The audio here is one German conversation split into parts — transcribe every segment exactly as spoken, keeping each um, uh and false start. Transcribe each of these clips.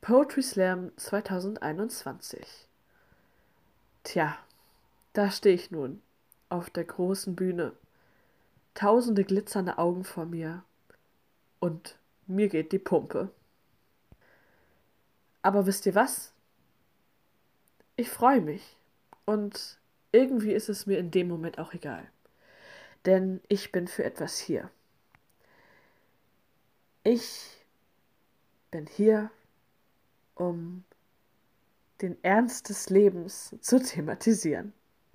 Poetry Slam zweitausendeinundzwanzig. Tja, da stehe ich nun, auf der großen Bühne. Tausende glitzernde Augen vor mir. Und mir geht die Pumpe. Aber wisst ihr was? Ich freue mich. Und irgendwie ist es mir in dem Moment auch egal. Denn ich bin für etwas hier. Ich bin hier, um den Ernst des Lebens zu thematisieren.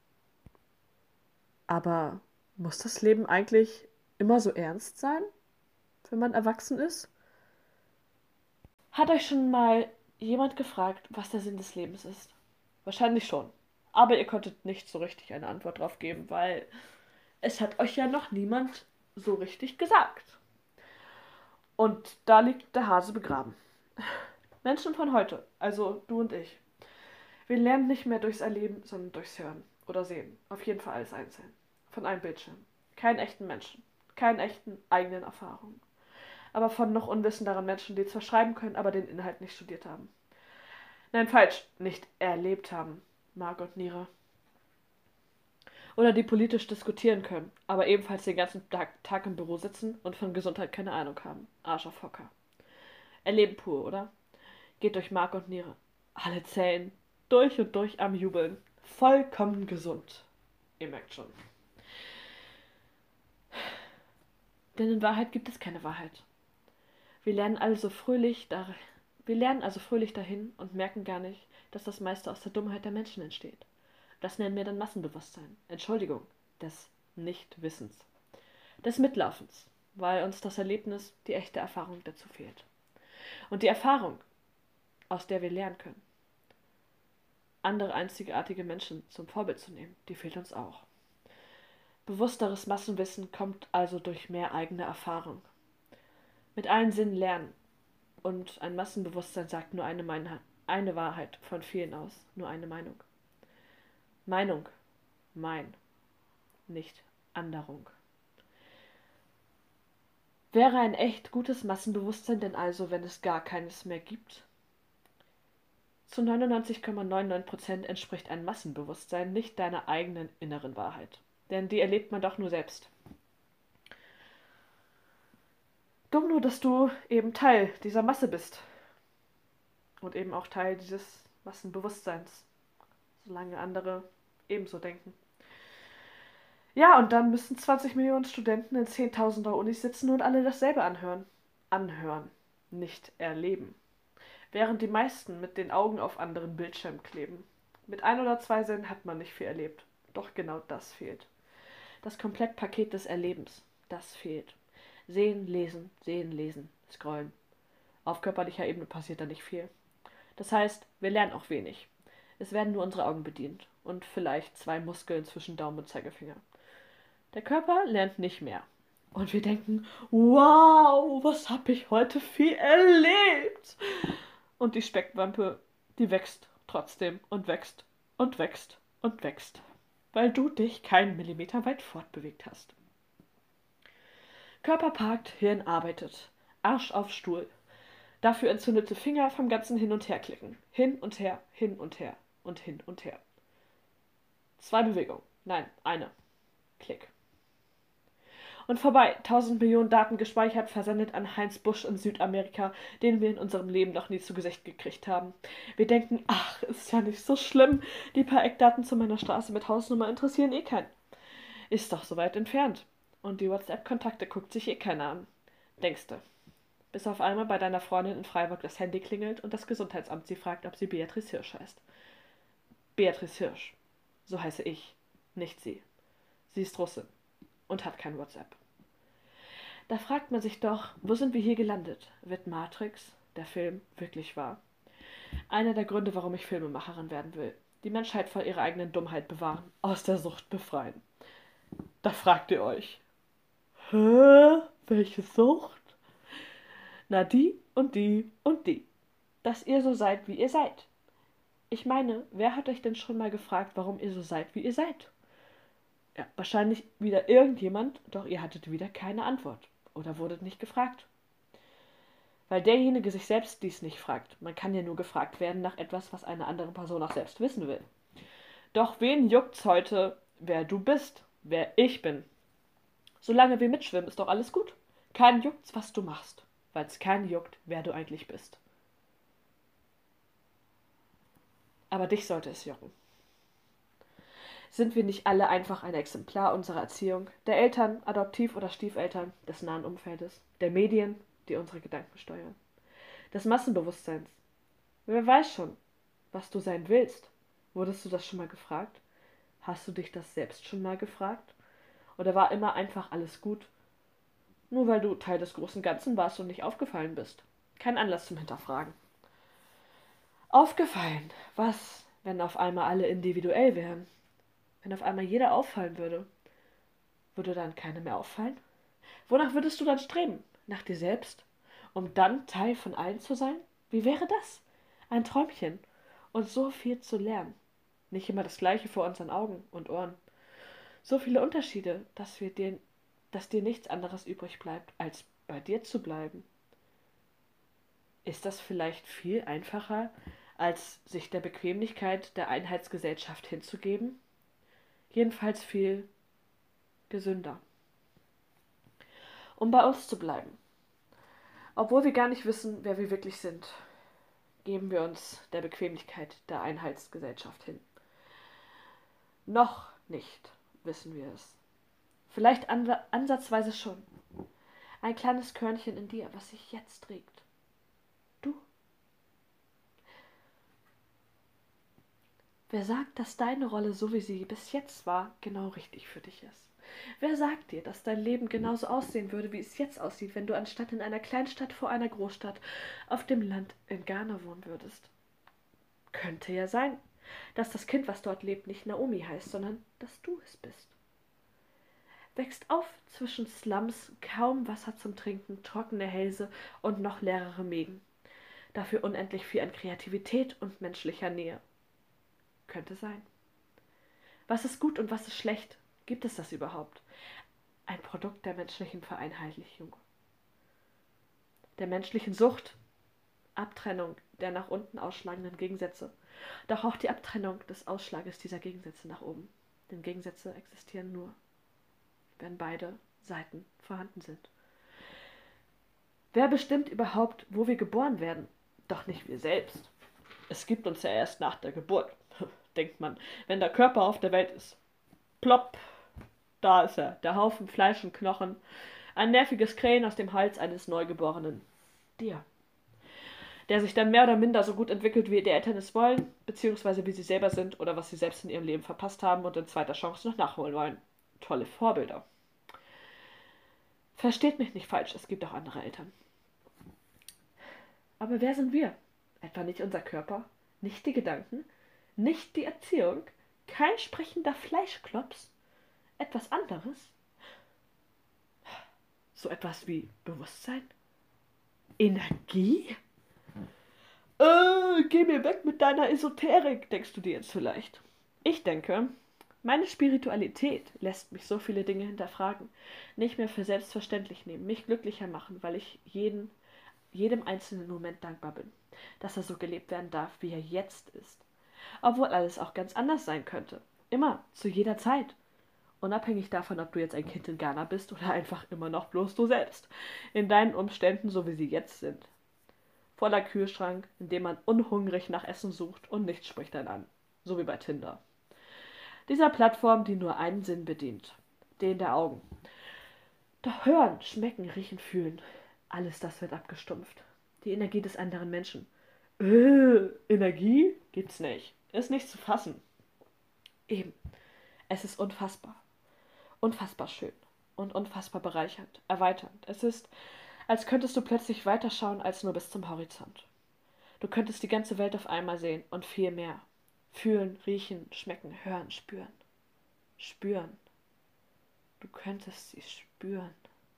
Aber muss das Leben eigentlich immer so ernst sein, wenn man erwachsen ist? Hat euch schon mal jemand gefragt, was der Sinn des Lebens ist? Wahrscheinlich schon. Aber ihr konntet nicht so richtig eine Antwort drauf geben, weil es hat euch ja noch niemand so richtig gesagt. Und da liegt der Hase begraben. Menschen von heute, also du und ich, wir lernen nicht mehr durchs Erleben, sondern durchs Hören oder Sehen. Auf jeden Fall alles einzeln. Von einem Bildschirm. Keinen echten Menschen. Keinen echten eigenen Erfahrungen. Aber von noch unwissenderen Menschen, die zwar schreiben können, aber den Inhalt nicht studiert haben. Nein, falsch. Nicht erlebt haben. Mark und Niere. Oder die politisch diskutieren können, aber ebenfalls den ganzen Tag, Tag im Büro sitzen und von Gesundheit keine Ahnung haben. Arsch auf Hocker. Erleben pur, oder? Geht durch Mark und Niere. Alle Zellen. Durch und durch am Jubeln. Vollkommen gesund. Ihr merkt schon. Denn in Wahrheit gibt es keine Wahrheit. Wir lernen also fröhlich, da, wir lernen also fröhlich dahin und merken gar nicht, dass das meiste aus der Dummheit der Menschen entsteht. Das nennen wir dann Massenbewusstsein. Entschuldigung, des Nichtwissens. Des Mitlaufens, weil uns das Erlebnis, die echte Erfahrung dazu fehlt. Und die Erfahrung, aus der wir lernen können, andere einzigartige Menschen zum Vorbild zu nehmen, die fehlt uns auch. Bewussteres Massenwissen kommt also durch mehr eigene Erfahrung. Mit allen Sinnen lernen. Und ein Massenbewusstsein sagt nur eine, Meinheit, eine Wahrheit von vielen aus, nur eine Meinung. Meinung, mein, nicht Anderung. Wäre ein echt gutes Massenbewusstsein denn also, wenn es gar keines mehr gibt? Zu neunundneunzig Komma neunundneunzig Prozent entspricht ein Massenbewusstsein nicht deiner eigenen inneren Wahrheit. Denn die erlebt man doch nur selbst. Dumm nur, dass du eben Teil dieser Masse bist. Und eben auch Teil dieses Massenbewusstseins. Solange andere ebenso denken. Ja, und dann müssen zwanzig Millionen Studenten in zehntausender Unis sitzen und alle dasselbe anhören. Anhören, nicht erleben. Während die meisten mit den Augen auf anderen Bildschirmen kleben. Mit ein oder zwei Sinnen hat man nicht viel erlebt. Doch genau das fehlt. Das Komplettpaket des Erlebens, das fehlt. Sehen, lesen, sehen, lesen, scrollen. Auf körperlicher Ebene passiert da nicht viel. Das heißt, wir lernen auch wenig. Es werden nur unsere Augen bedient und vielleicht zwei Muskeln zwischen Daumen und Zeigefinger. Der Körper lernt nicht mehr. Und wir denken, wow, was habe ich heute viel erlebt. Und die Speckwampe, die wächst trotzdem und wächst und wächst und wächst. Weil du dich keinen Millimeter weit fortbewegt hast. Körper parkt, Hirn arbeitet. Arsch auf Stuhl. Dafür entzündete Finger vom ganzen Hin- und Herklicken. Hin und her, hin und her und hin und her. Zwei Bewegungen. Nein, eine. Klick. Und vorbei. Tausend Millionen Daten gespeichert, versendet an Heinz Busch in Südamerika, den wir in unserem Leben noch nie zu Gesicht gekriegt haben. Wir denken, ach, ist ja nicht so schlimm. Die paar Eckdaten zu meiner Straße mit Hausnummer interessieren eh keinen. Ist doch so weit entfernt. Und die WhatsApp-Kontakte guckt sich eh keiner an. Denkste. Bis auf einmal bei deiner Freundin in Freiburg das Handy klingelt und das Gesundheitsamt sie fragt, ob sie Beatrice Hirsch heißt. Beatrice Hirsch. So heiße ich, nicht sie. Sie ist Russin und hat kein WhatsApp. Da fragt man sich doch, wo sind wir hier gelandet? Wird Matrix, der Film, wirklich wahr? Einer der Gründe, warum ich Filmemacherin werden will. Die Menschheit vor ihrer eigenen Dummheit bewahren, aus der Sucht befreien. Da fragt ihr euch, hä? Welche Sucht? Na die und die und die. Dass ihr so seid, wie ihr seid. Ich meine, wer hat euch denn schon mal gefragt, warum ihr so seid, wie ihr seid? Ja, wahrscheinlich wieder irgendjemand, doch ihr hattet wieder keine Antwort. Oder wurdet nicht gefragt. Weil derjenige sich selbst dies nicht fragt. Man kann ja nur gefragt werden nach etwas, was eine andere Person auch selbst wissen will. Doch wen juckt's heute, wer du bist, wer ich bin? Solange wir mitschwimmen, ist doch alles gut. Keinen juckt's, was du machst, weil es keinen juckt, wer du eigentlich bist. Aber dich sollte es jucken. Sind wir nicht alle einfach ein Exemplar unserer Erziehung, der Eltern, Adoptiv- oder Stiefeltern, des nahen Umfeldes, der Medien, die unsere Gedanken steuern, des Massenbewusstseins? Wer weiß schon, was du sein willst? Wurdest du das schon mal gefragt? Hast du dich das selbst schon mal gefragt? Oder war immer einfach alles gut, nur weil du Teil des großen Ganzen warst und nicht aufgefallen bist? Kein Anlass zum Hinterfragen. Aufgefallen? Was, wenn auf einmal alle individuell wären? Wenn auf einmal jeder auffallen würde? Würde dann keiner mehr auffallen? Wonach würdest du dann streben? Nach dir selbst? Um dann Teil von allen zu sein? Wie wäre das? Ein Träumchen. Und so viel zu lernen. Nicht immer das Gleiche vor unseren Augen und Ohren. So viele Unterschiede, dass, wir dir, dass dir nichts anderes übrig bleibt, als bei dir zu bleiben. Ist das vielleicht viel einfacher, als sich der Bequemlichkeit der Einheitsgesellschaft hinzugeben? Jedenfalls viel gesünder. Um bei uns zu bleiben. Obwohl wir gar nicht wissen, wer wir wirklich sind, geben wir uns der Bequemlichkeit der Einheitsgesellschaft hin. Noch nicht wissen wir es. Vielleicht ansatzweise schon. Ein kleines Körnchen in dir, was sich jetzt regt. Du. Wer sagt, dass deine Rolle, so wie sie bis jetzt war, genau richtig für dich ist? Wer sagt dir, dass dein Leben genauso aussehen würde, wie es jetzt aussieht, wenn du anstatt in einer Kleinstadt vor einer Großstadt auf dem Land in Ghana wohnen würdest? Könnte ja sein, dass das Kind, was dort lebt, nicht Naomi heißt, sondern dass du es bist. Wächst auf zwischen Slums, kaum Wasser zum Trinken, trockene Hälse und noch leerere Mägen. Dafür unendlich viel an Kreativität und menschlicher Nähe. Könnte sein. Was ist gut und was ist schlecht? Gibt es das überhaupt? Ein Produkt der menschlichen Vereinheitlichung. Der menschlichen Sucht. Abtrennung der nach unten ausschlagenden Gegensätze. Doch auch die Abtrennung des Ausschlages dieser Gegensätze nach oben. Denn Gegensätze existieren nur, wenn beide Seiten vorhanden sind. Wer bestimmt überhaupt, wo wir geboren werden? Doch nicht wir selbst. Es gibt uns ja erst nach der Geburt, denkt man, wenn der Körper auf der Welt ist. Plopp, da ist er, der Haufen Fleisch und Knochen, ein nerviges Krähen aus dem Hals eines Neugeborenen. Dir. Der sich dann mehr oder minder so gut entwickelt, wie die Eltern es wollen, beziehungsweise wie sie selber sind oder was sie selbst in ihrem Leben verpasst haben und in zweiter Chance noch nachholen wollen. Tolle Vorbilder. Versteht mich nicht falsch, es gibt auch andere Eltern. Aber wer sind wir? Etwa nicht unser Körper? Nicht die Gedanken? Nicht die Erziehung? Kein sprechender Fleischklops? Etwas anderes? So etwas wie Bewusstsein? Energie? Äh, geh mir weg mit deiner Esoterik, denkst du dir jetzt vielleicht. Ich denke, meine Spiritualität lässt mich so viele Dinge hinterfragen, nicht mehr für selbstverständlich nehmen, mich glücklicher machen, weil ich jeden, jedem einzelnen Moment dankbar bin, dass er so gelebt werden darf, wie er jetzt ist. Obwohl alles auch ganz anders sein könnte. Immer, zu jeder Zeit. Unabhängig davon, ob du jetzt ein Kind in Ghana bist oder einfach immer noch bloß du selbst. In deinen Umständen, so wie sie jetzt sind. Voller Kühlschrank, in dem man unhungrig nach Essen sucht und nichts spricht einen an. So wie bei Tinder. Dieser Plattform, die nur einen Sinn bedient. Den der Augen. Doch hören, schmecken, riechen, fühlen. Alles das wird abgestumpft. Die Energie des anderen Menschen. Äh, Energie? Gibt's nicht. Ist nicht zu fassen. Eben. Es ist unfassbar. Unfassbar schön. Und unfassbar bereichernd. Erweiternd. Es ist, als könntest du plötzlich weiterschauen als nur bis zum Horizont. Du könntest die ganze Welt auf einmal sehen und viel mehr. Fühlen, riechen, schmecken, hören, spüren. Spüren. Du könntest sie spüren.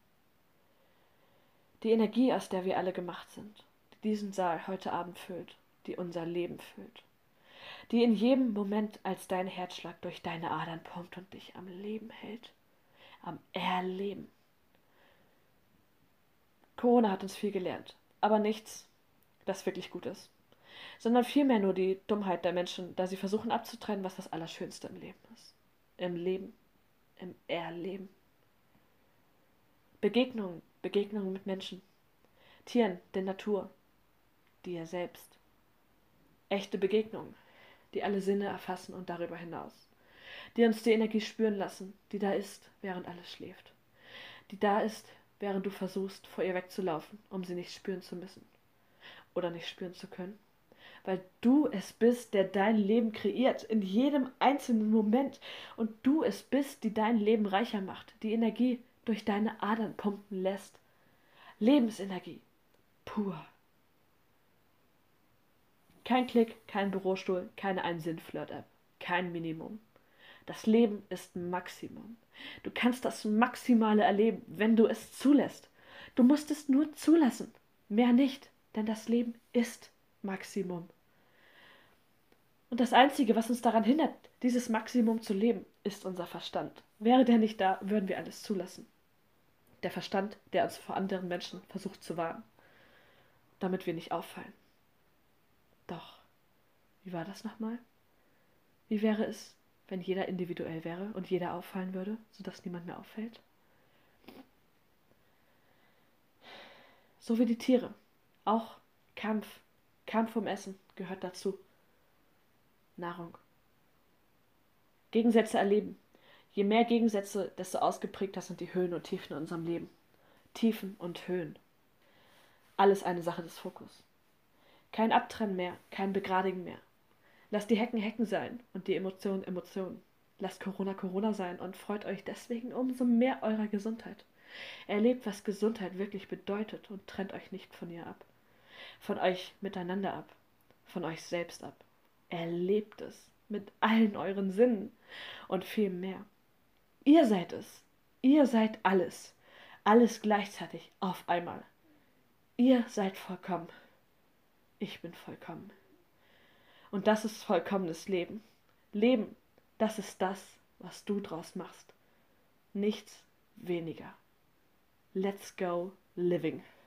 Die Energie, aus der wir alle gemacht sind, die diesen Saal heute Abend füllt, die unser Leben füllt, die in jedem Moment als dein Herzschlag durch deine Adern pumpt und dich am Leben hält, am Erleben. Corona hat uns viel gelernt. aber nichts, das wirklich gut ist, sondern vielmehr nur die Dummheit der Menschen, da sie versuchen abzutrennen, was das Allerschönste im Leben ist. Im Leben, im Erleben. Begegnungen, Begegnungen mit Menschen, Tieren, der Natur, dir selbst. Echte Begegnungen, die alle Sinne erfassen und darüber hinaus. Die uns die Energie spüren lassen, die da ist, während alles schläft. Die da ist, während du versuchst, vor ihr wegzulaufen, um sie nicht spüren zu müssen. Oder nicht spüren zu können. Weil du es bist, der dein Leben kreiert, in jedem einzelnen Moment. Und du es bist, die dein Leben reicher macht, die Energie durch deine Adern pumpen lässt. Lebensenergie. Pur. Kein Klick, kein Bürostuhl, keine Ein-Sinn-Flirt-App. Kein Minimum. Das Leben ist Maximum. Du kannst das Maximale erleben, wenn du es zulässt. Du musst es nur zulassen. Mehr nicht, denn das Leben ist Maximum. Und das Einzige, was uns daran hindert, dieses Maximum zu leben, ist unser Verstand. Wäre der nicht da, würden wir alles zulassen. Der Verstand, der uns vor anderen Menschen versucht zu warnen, damit wir nicht auffallen. Doch, wie war das nochmal? Wie wäre es, wenn jeder individuell wäre und jeder auffallen würde, sodass niemand mehr auffällt? So wie die Tiere. Auch Kampf, Kampf um Essen gehört dazu. Nahrung. Gegensätze erleben. Je mehr Gegensätze, desto ausgeprägter sind die Höhen und Tiefen in unserem Leben. Tiefen und Höhen. Alles eine Sache des Fokus. Kein Abtrennen mehr, kein Begradigen mehr. Lasst die Hecken Hecken sein und die Emotionen Emotionen. Lasst Corona Corona sein und freut euch deswegen umso mehr eurer Gesundheit. Erlebt, was Gesundheit wirklich bedeutet und trennt euch nicht von ihr ab. Von euch miteinander ab. Von euch selbst ab. Erlebt es mit allen euren Sinnen und viel mehr. Ihr seid es. Ihr seid alles. Alles gleichzeitig auf einmal. Ihr seid vollkommen. Ich bin vollkommen. Und das ist vollkommenes Leben. Leben, das ist das, was du draus machst. Nichts weniger. Let's go living.